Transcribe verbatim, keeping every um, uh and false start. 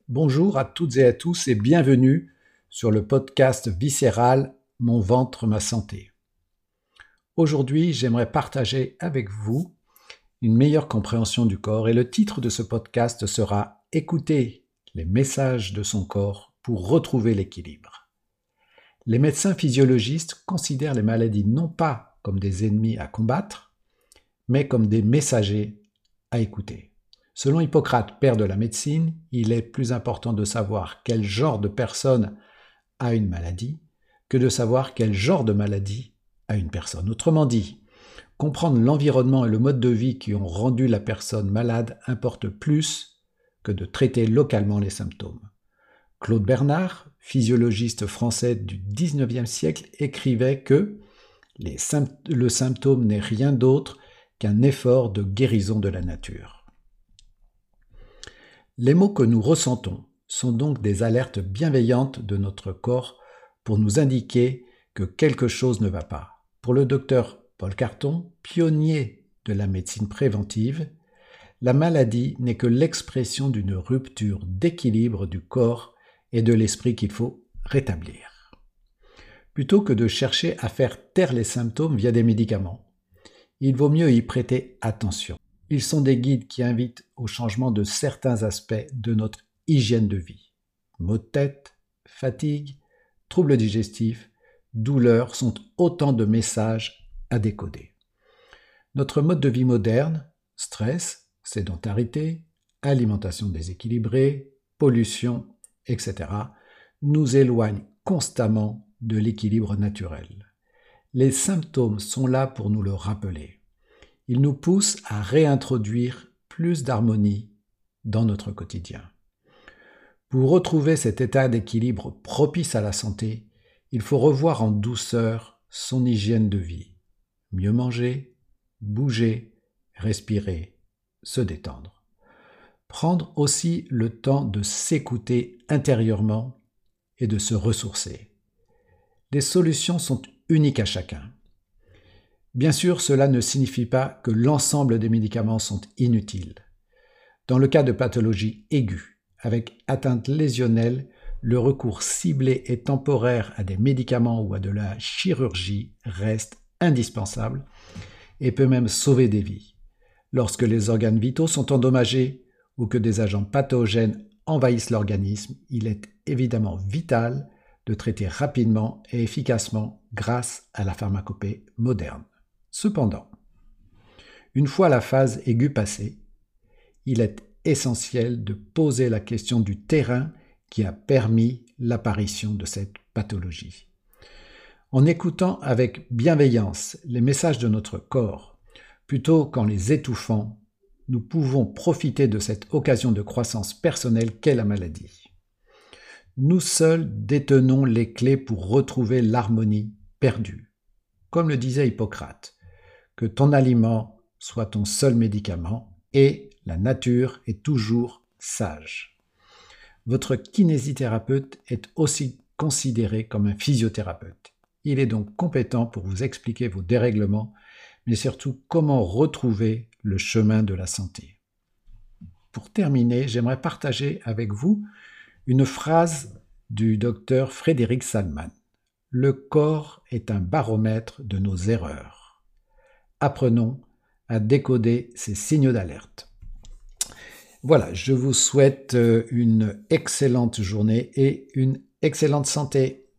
Bonjour à toutes et à tous et bienvenue sur le podcast Viscéral, mon ventre, ma santé. Aujourd'hui, j'aimerais partager avec vous une meilleure compréhension du corps et le titre de ce podcast sera « Écouter les messages de son corps pour retrouver l'équilibre ». Les médecins physiologistes considèrent les maladies non pas comme des ennemis à combattre, mais comme des messagers à écouter. Selon Hippocrate, père de la médecine, il est plus important de savoir quel genre de personne a une maladie que de savoir quel genre de maladie a une personne. Autrement dit, comprendre l'environnement et le mode de vie qui ont rendu la personne malade importe plus que de traiter localement les symptômes. Claude Bernard, physiologiste français du dix-neuvième siècle, écrivait que les sympt- le symptôme n'est rien d'autre qu'un effort de guérison de la nature. Les mots que nous ressentons sont donc des alertes bienveillantes de notre corps pour nous indiquer que quelque chose ne va pas. Pour le docteur Paul Carton, pionnier de la médecine préventive, la maladie n'est que l'expression d'une rupture d'équilibre du corps et de l'esprit qu'il faut rétablir. Plutôt que de chercher à faire taire les symptômes via des médicaments, il vaut mieux y prêter attention. Ils sont des guides qui invitent au changement de certains aspects de notre hygiène de vie. Maux de tête, fatigue, troubles digestifs, douleurs sont autant de messages à décoder. Notre mode de vie moderne, stress, sédentarité, alimentation déséquilibrée, pollution, et cetera, nous éloigne constamment de l'équilibre naturel. Les symptômes sont là pour nous le rappeler. Ils nous poussent à réintroduire plus d'harmonie dans notre quotidien. Pour retrouver cet état d'équilibre propice à la santé, il faut revoir en douceur son hygiène de vie. Mieux manger, bouger, respirer, se détendre. Prendre aussi le temps de s'écouter intérieurement et de se ressourcer. Les solutions sont uniques à chacun. Bien sûr, cela ne signifie pas que l'ensemble des médicaments sont inutiles. Dans le cas de pathologies aiguës, avec atteinte lésionnelle, le recours ciblé et temporaire à des médicaments ou à de la chirurgie reste indispensable et peut même sauver des vies. Lorsque les organes vitaux sont endommagés ou que des agents pathogènes envahissent l'organisme, il est évidemment vital de traiter rapidement et efficacement grâce à la pharmacopée moderne. Cependant, une fois la phase aiguë passée, il est essentiel de poser la question du terrain qui a permis l'apparition de cette pathologie. En écoutant avec bienveillance les messages de notre corps, plutôt qu'en les étouffant, nous pouvons profiter de cette occasion de croissance personnelle qu'est la maladie. Nous seuls détenons les clés pour retrouver l'harmonie perdue. Comme le disait Hippocrate, que ton aliment soit ton seul médicament et la nature est toujours sage. Votre kinésithérapeute est aussi considéré comme un physiothérapeute. Il est donc compétent pour vous expliquer vos dérèglements, mais surtout comment retrouver le chemin de la santé. Pour terminer, j'aimerais partager avec vous une phrase du docteur Frédéric Salman. Le corps est un baromètre de nos erreurs. Apprenons à décoder ces signaux d'alerte. Voilà, je vous souhaite une excellente journée et une excellente santé.